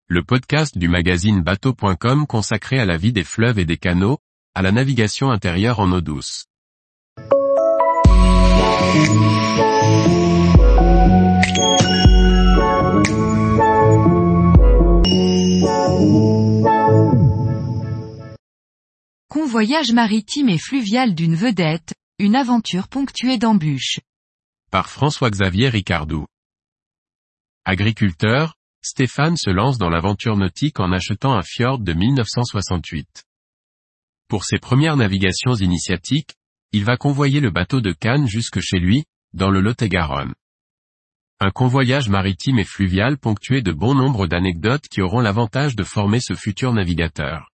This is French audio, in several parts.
le podcast du magazine bateau.com consacré à la vie des fleuves et des canaux, à la navigation intérieure en eau douce. Convoyage maritime et fluvial d'une vedette, une aventure ponctuée d'embûches. Par François-Xavier Ricardou. Agriculteur, Stéphane se lance dans l'aventure nautique en achetant un fjord de 1968. Pour ses premières navigations initiatiques, il va convoyer le bateau de Cannes jusque chez lui, dans le Lot-et-Garonne. Un convoyage maritime et fluvial ponctué de bon nombre d'anecdotes qui auront l'avantage de former ce futur navigateur.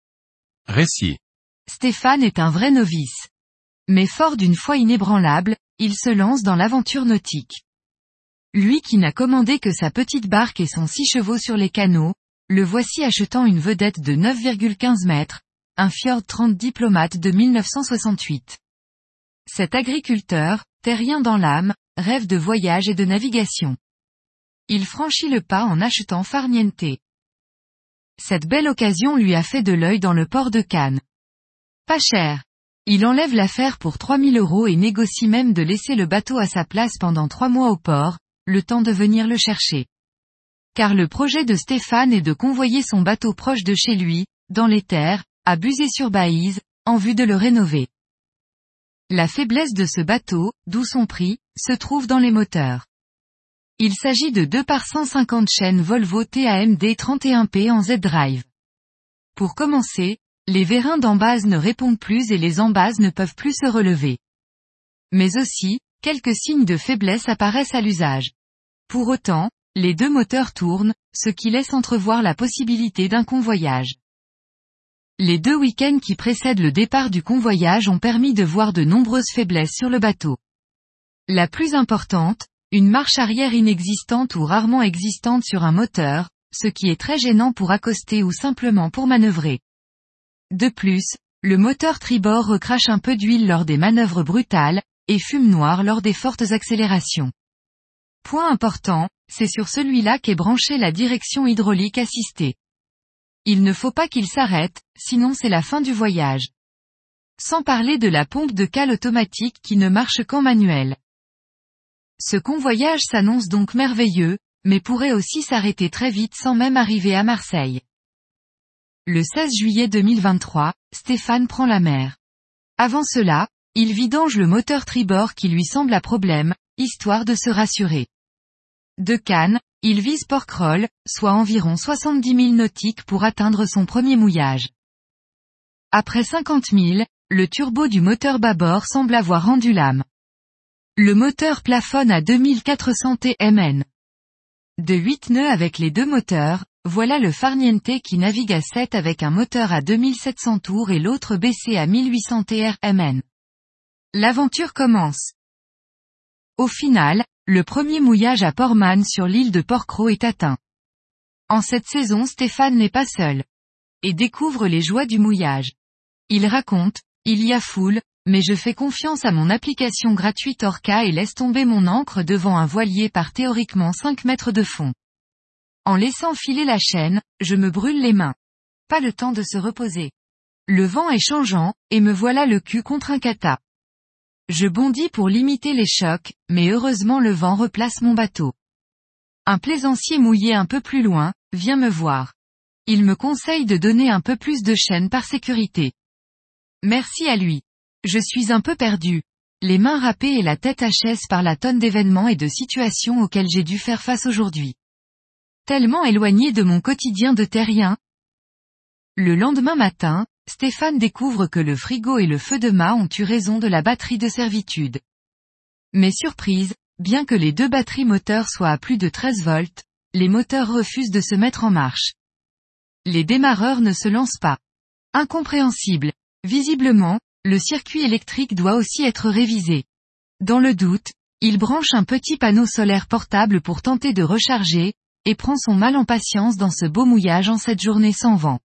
Récit. Stéphane est un vrai novice. Mais fort d'une foi inébranlable, il se lance dans l'aventure nautique. Lui qui n'a commandé que sa petite barque et son 6 chevaux sur les canaux, le voici achetant une vedette de 9,15 mètres, un fjord 30 diplomate de 1968. Cet agriculteur, terrien dans l'âme, rêve de voyage et de navigation. Il franchit le pas en achetant Farniente. Cette belle occasion lui a fait de l'œil dans le port de Cannes. Pas cher. Il enlève l'affaire pour 3 000 € et négocie même de laisser le bateau à sa place pendant 3 mois au port, le temps de venir le chercher. Car le projet de Stéphane est de convoyer son bateau proche de chez lui, dans les terres, à Buzet-sur-Baïse, en vue de le rénover. La faiblesse de ce bateau, d'où son prix, se trouve dans les moteurs. Il s'agit de 2 par 150 chaînes Volvo TAMD 31P en Z-Drive. Pour commencer, les vérins d'embase ne répondent plus et les embases ne peuvent plus se relever. Mais aussi, quelques signes de faiblesse apparaissent à l'usage. Pour autant, les 2 moteurs tournent, ce qui laisse entrevoir la possibilité d'un convoyage. Les 2 week-ends qui précèdent le départ du convoyage ont permis de voir de nombreuses faiblesses sur le bateau. La plus importante, une marche arrière inexistante ou rarement existante sur un moteur, ce qui est très gênant pour accoster ou simplement pour manœuvrer. De plus, le moteur tribord recrache un peu d'huile lors des manœuvres brutales, et fume noir lors des fortes accélérations. Point important, c'est sur celui-là qu'est branchée la direction hydraulique assistée. Il ne faut pas qu'il s'arrête, sinon c'est la fin du voyage. Sans parler de la pompe de cale automatique qui ne marche qu'en manuel. Ce convoyage s'annonce donc merveilleux, mais pourrait aussi s'arrêter très vite sans même arriver à Marseille. Le 16 juillet 2023, Stéphane prend la mer. Avant cela, il vidange le moteur tribord qui lui semble à problème, histoire de se rassurer. De Cannes, il vise Porquerolles, soit environ 70 000 nautiques pour atteindre son premier mouillage. Après 50 000, le turbo du moteur bâbord semble avoir rendu l'âme. Le moteur plafonne à 2400 TMN. De 8 nœuds avec les 2 moteurs, voilà le Farniente qui navigue à 7 avec un moteur à 2700 tours et l'autre baissé à 1800 TRMN. L'aventure commence. Au final, le premier mouillage à Portman sur l'île de Porquerolles est atteint. En cette saison Stéphane n'est pas seul. Et découvre les joies du mouillage. Il raconte, il y a foule, mais je fais confiance à mon application gratuite Orca et laisse tomber mon ancre devant un voilier par théoriquement 5 mètres de fond. En laissant filer la chaîne, je me brûle les mains. Pas le temps de se reposer. Le vent est changeant, et me voilà le cul contre un kata. Je bondis pour limiter les chocs, mais heureusement le vent replace mon bateau. Un plaisancier mouillé un peu plus loin, vient me voir. Il me conseille de donner un peu plus de chaîne par sécurité. Merci à lui. Je suis un peu perdu. Les mains râpées et la tête HS par la tonne d'événements et de situations auxquelles j'ai dû faire face aujourd'hui. Tellement éloigné de mon quotidien de terrien. Le lendemain matin, Stéphane découvre que le frigo et le feu de mât ont eu raison de la batterie de servitude. Mais surprise, bien que les 2 batteries moteurs soient à plus de 13 volts, les moteurs refusent de se mettre en marche. Les démarreurs ne se lancent pas. Incompréhensible. Visiblement, le circuit électrique doit aussi être révisé. Dans le doute, il branche un petit panneau solaire portable pour tenter de recharger, et prend son mal en patience dans ce beau mouillage en cette journée sans vent.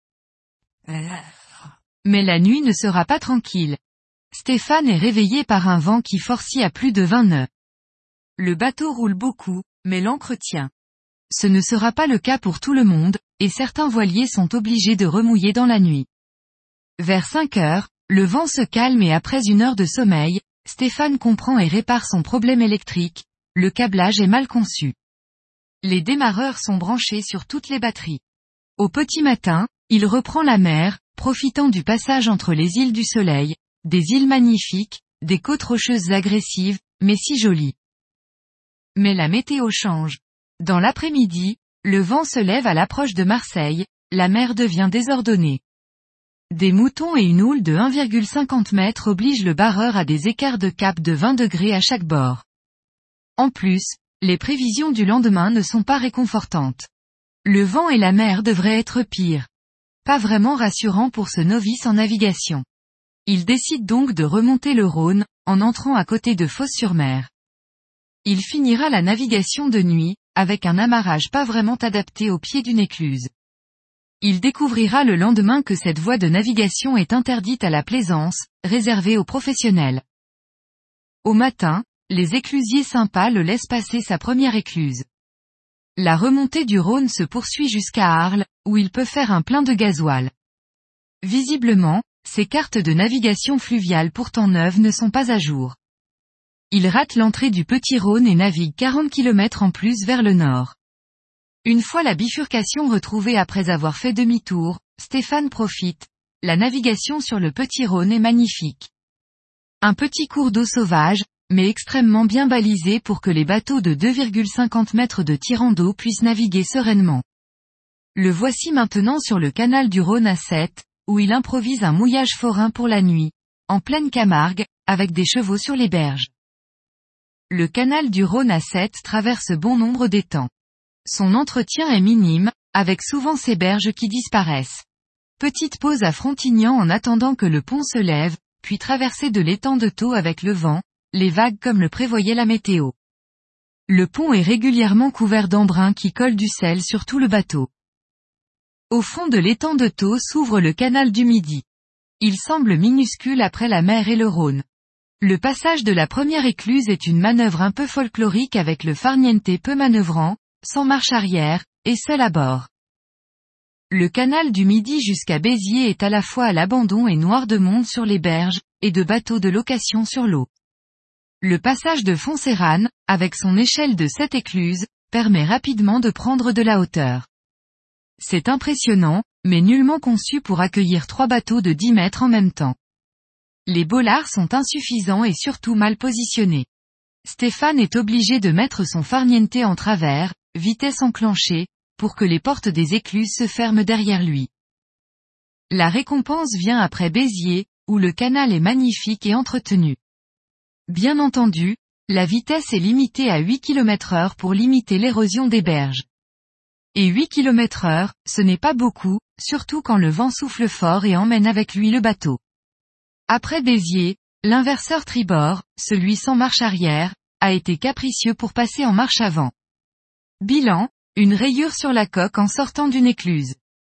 Mais la nuit ne sera pas tranquille. Stéphane est réveillé par un vent qui forcit à plus de 20 nœuds. Le bateau roule beaucoup, mais l'ancre tient. Ce ne sera pas le cas pour tout le monde, et certains voiliers sont obligés de remouiller dans la nuit. Vers 5 heures, le vent se calme et après 1 heure de sommeil, Stéphane comprend et répare son problème électrique, le câblage est mal conçu. Les démarreurs sont branchés sur toutes les batteries. Au petit matin, il reprend la mer, profitant du passage entre les îles du Soleil, des îles magnifiques, des côtes rocheuses agressives, mais si jolies. Mais la météo change. Dans l'après-midi, le vent se lève à l'approche de Marseille, la mer devient désordonnée. Des moutons et une houle de 1,50 m obligent le barreur à des écarts de cap de 20 degrés à chaque bord. En plus, les prévisions du lendemain ne sont pas réconfortantes. Le vent et la mer devraient être pires. Pas vraiment rassurant pour ce novice en navigation. Il décide donc de remonter le Rhône, en entrant à côté de Fos-sur-Mer. Il finira la navigation de nuit, avec un amarrage pas vraiment adapté au pied d'une écluse. Il découvrira le lendemain que cette voie de navigation est interdite à la plaisance, réservée aux professionnels. Au matin, les éclusiers sympas le laissent passer sa première écluse. La remontée du Rhône se poursuit jusqu'à Arles, où il peut faire un plein de gasoil. Visiblement, ses cartes de navigation fluviale pourtant neuves ne sont pas à jour. Il rate l'entrée du Petit Rhône et navigue 40 km en plus vers le nord. Une fois la bifurcation retrouvée après avoir fait demi-tour, Stéphane profite. La navigation sur le Petit Rhône est magnifique. Un petit cours d'eau sauvage, mais extrêmement bien balisé pour que les bateaux de 2,50 mètres de tirant d'eau puissent naviguer sereinement. Le voici maintenant sur le canal du Rhône à 7, où il improvise un mouillage forain pour la nuit, en pleine Camargue, avec des chevaux sur les berges. Le canal du Rhône à 7 traverse bon nombre d'étangs. Son entretien est minime, avec souvent ses berges qui disparaissent. Petite pause à Frontignan en attendant que le pont se lève, puis traversée de l'étang de Thau avec le vent, les vagues comme le prévoyait la météo. Le pont est régulièrement couvert d'embruns qui collent du sel sur tout le bateau. Au fond de l'étang de Thau s'ouvre le canal du Midi. Il semble minuscule après la mer et le Rhône. Le passage de la première écluse est une manœuvre un peu folklorique avec le farniente peu manœuvrant, sans marche arrière, et seul à bord. Le canal du Midi jusqu'à Béziers est à la fois à l'abandon et noir de monde sur les berges, et de bateaux de location sur l'eau. Le passage de Foncérane, avec son échelle de 7 écluses, permet rapidement de prendre de la hauteur. C'est impressionnant, mais nullement conçu pour accueillir 3 bateaux de 10 mètres en même temps. Les bollards sont insuffisants et surtout mal positionnés. Stéphane est obligé de mettre son farniente en travers, vitesse enclenchée, pour que les portes des écluses se ferment derrière lui. La récompense vient après Béziers, où le canal est magnifique et entretenu. Bien entendu, la vitesse est limitée à 8 km/h pour limiter l'érosion des berges. Et 8 km/h, ce n'est pas beaucoup, surtout quand le vent souffle fort et emmène avec lui le bateau. Après Béziers, l'inverseur tribord, celui sans marche arrière, a été capricieux pour passer en marche avant. Bilan, une rayure sur la coque en sortant d'une écluse.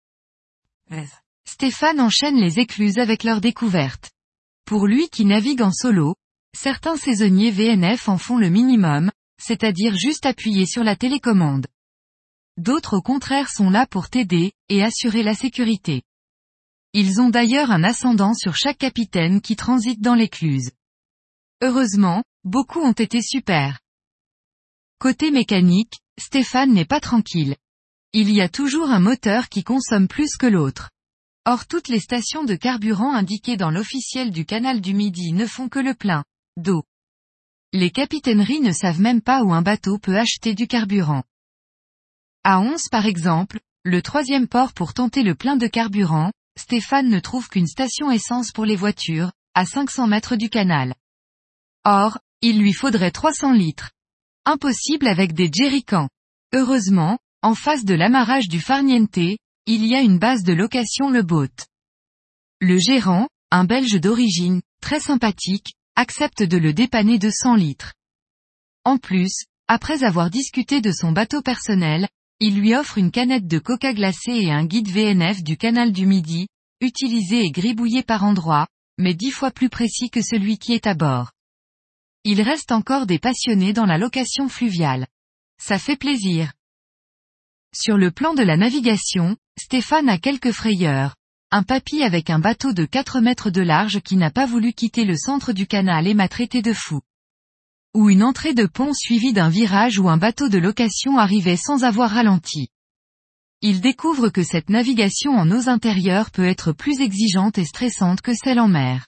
Stéphane enchaîne les écluses avec leur découverte. Pour lui qui navigue en solo, certains saisonniers VNF en font le minimum, c'est-à-dire juste appuyer sur la télécommande. D'autres au contraire sont là pour t'aider, et assurer la sécurité. Ils ont d'ailleurs un ascendant sur chaque capitaine qui transite dans l'écluse. Heureusement, beaucoup ont été super. Côté mécanique, Stéphane n'est pas tranquille. Il y a toujours un moteur qui consomme plus que l'autre. Or toutes les stations de carburant indiquées dans l'officiel du canal du Midi ne font que le plein d'eau. Les capitaineries ne savent même pas où un bateau peut acheter du carburant. À Ons par exemple, le 3e port pour tenter le plein de carburant, Stéphane ne trouve qu'une station essence pour les voitures, à 500 mètres du canal. Or, il lui faudrait 300 litres. Impossible avec des jerrycans. Heureusement, en face de l'amarrage du farniente, il y a une base de location Le Boat. Le gérant, un Belge d'origine, très sympathique, accepte de le dépanner de 100 litres. En plus, après avoir discuté de son bateau personnel, il lui offre une canette de coca glacé et un guide VNF du canal du Midi, utilisé et gribouillé par endroits, mais 10 fois plus précis que celui qui est à bord. Il reste encore des passionnés dans la location fluviale. Ça fait plaisir. Sur le plan de la navigation, Stéphane a quelques frayeurs. Un papy avec un bateau de 4 mètres de large qui n'a pas voulu quitter le centre du canal et m'a traité de fou. Ou une entrée de pont suivie d'un virage où un bateau de location arrivait sans avoir ralenti. Il découvre que cette navigation en eaux intérieures peut être plus exigeante et stressante que celle en mer.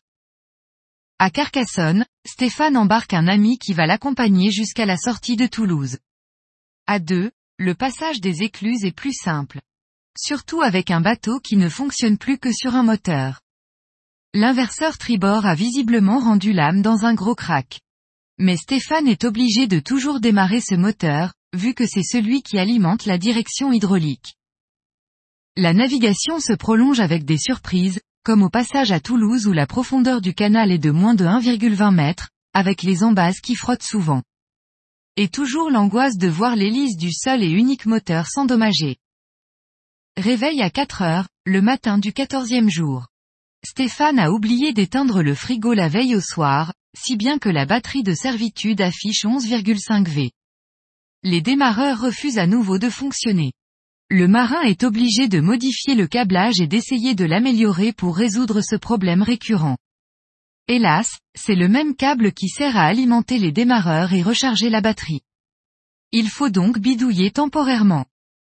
À Carcassonne, Stéphane embarque un ami qui va l'accompagner jusqu'à la sortie de Toulouse. À deux, le passage des écluses est plus simple. Surtout avec un bateau qui ne fonctionne plus que sur un moteur. L'inverseur tribord a visiblement rendu l'âme dans un gros crack. Mais Stéphane est obligé de toujours démarrer ce moteur, vu que c'est celui qui alimente la direction hydraulique. La navigation se prolonge avec des surprises, comme au passage à Toulouse où la profondeur du canal est de moins de 1,20 m, avec les embases qui frottent souvent. Et toujours l'angoisse de voir l'hélice du seul et unique moteur s'endommager. Réveil à 4 heures, le matin du 14e jour. Stéphane a oublié d'éteindre le frigo la veille au soir, si bien que la batterie de servitude affiche 11,5 V. Les démarreurs refusent à nouveau de fonctionner. Le marin est obligé de modifier le câblage et d'essayer de l'améliorer pour résoudre ce problème récurrent. Hélas, c'est le même câble qui sert à alimenter les démarreurs et recharger la batterie. Il faut donc bidouiller temporairement.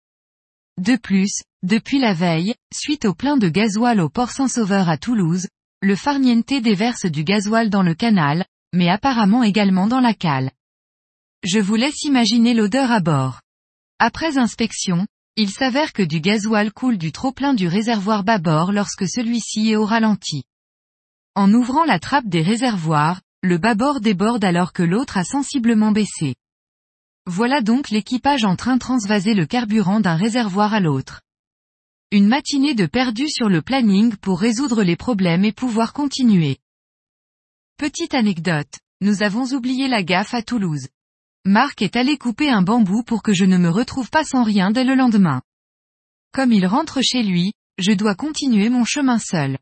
De plus, depuis la veille, suite au plein de gasoil au port Saint-Sauveur à Toulouse, le farniente déverse du gasoil dans le canal, mais apparemment également dans la cale. Je vous laisse imaginer l'odeur à bord. Après inspection, il s'avère que du gasoil coule du trop-plein du réservoir bâbord lorsque celui-ci est au ralenti. En ouvrant la trappe des réservoirs, le bâbord déborde alors que l'autre a sensiblement baissé. Voilà donc l'équipage en train de transvaser le carburant d'un réservoir à l'autre. Une matinée de perdu sur le planning pour résoudre les problèmes et pouvoir continuer. Petite anecdote, nous avons oublié la gaffe à Toulouse. Marc est allé couper un bambou pour que je ne me retrouve pas sans rien dès le lendemain. Comme il rentre chez lui, je dois continuer mon chemin seul.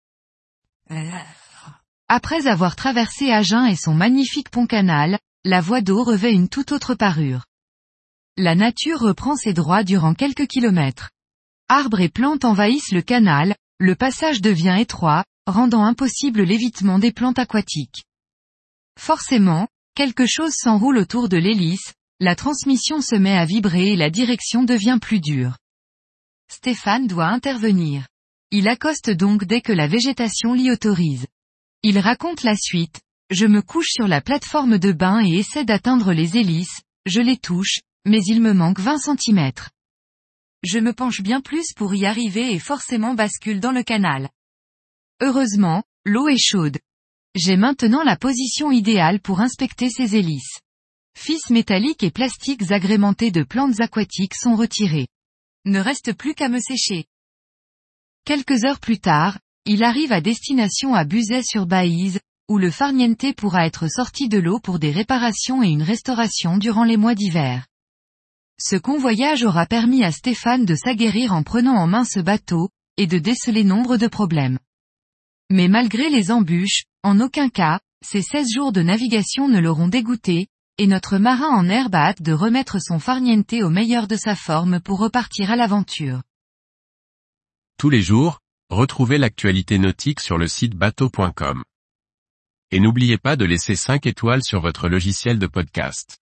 Après avoir traversé Agen et son magnifique pont-canal, la voie d'eau revêt une toute autre parure. La nature reprend ses droits durant quelques kilomètres. Arbres et plantes envahissent le canal, le passage devient étroit, rendant impossible l'évitement des plantes aquatiques. Forcément, quelque chose s'enroule autour de l'hélice, la transmission se met à vibrer et la direction devient plus dure. Stéphane doit intervenir. Il accoste donc dès que la végétation l'y autorise. Il raconte la suite. Je me couche sur la plateforme de bain et essaie d'atteindre les hélices, je les touche, mais il me manque 20 cm. Je me penche bien plus pour y arriver et forcément bascule dans le canal. Heureusement, l'eau est chaude. J'ai maintenant la position idéale pour inspecter ces hélices. Fils métalliques et plastiques agrémentés de plantes aquatiques sont retirés. Ne reste plus qu'à me sécher. Quelques heures plus tard, il arrive à destination à Buzet-sur-Baïse, où le farniente pourra être sorti de l'eau pour des réparations et une restauration durant les mois d'hiver. Ce convoyage aura permis à Stéphane de s'aguerrir en prenant en main ce bateau, et de déceler nombre de problèmes. Mais malgré les embûches, en aucun cas, ces 16 jours de navigation ne l'auront dégoûté, et notre marin en herbe a hâte de remettre son farniente au meilleur de sa forme pour repartir à l'aventure. Tous les jours, retrouvez l'actualité nautique sur le site bateau.com. Et n'oubliez pas de laisser 5 étoiles sur votre logiciel de podcast.